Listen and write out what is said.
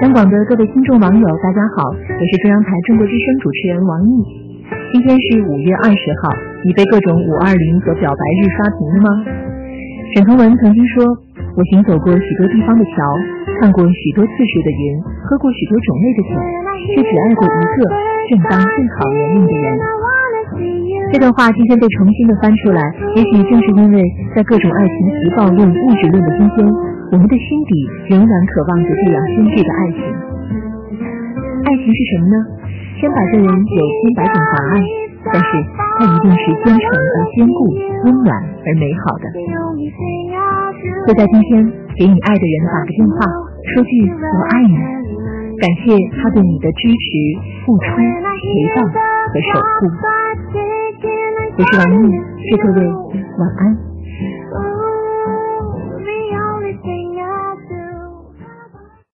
香港的各位听众网友大家好，我是中央台中国之声主持人王毅。今天是5月20号，你被各种520和表白日刷屏了吗？沈腾文曾经说，我行走过许多地方的桥，看过许多次数的云，喝过许多种类的酒，却只爱过一个正当最好年龄的人。这段话今天被重新的翻出来，也许正是因为在各种爱情极暴论、物质论的今天，我们的心底仍然渴望着这样真挚的爱情。爱情是什么呢？千百个人有千百种答案，但是它一定是真诚而坚固、温暖而美好的。就在今天，给你爱的人打个电话，说句我爱你，感谢他对你的支持、付出、陪伴和守护。我是王毅，祝各位晚安。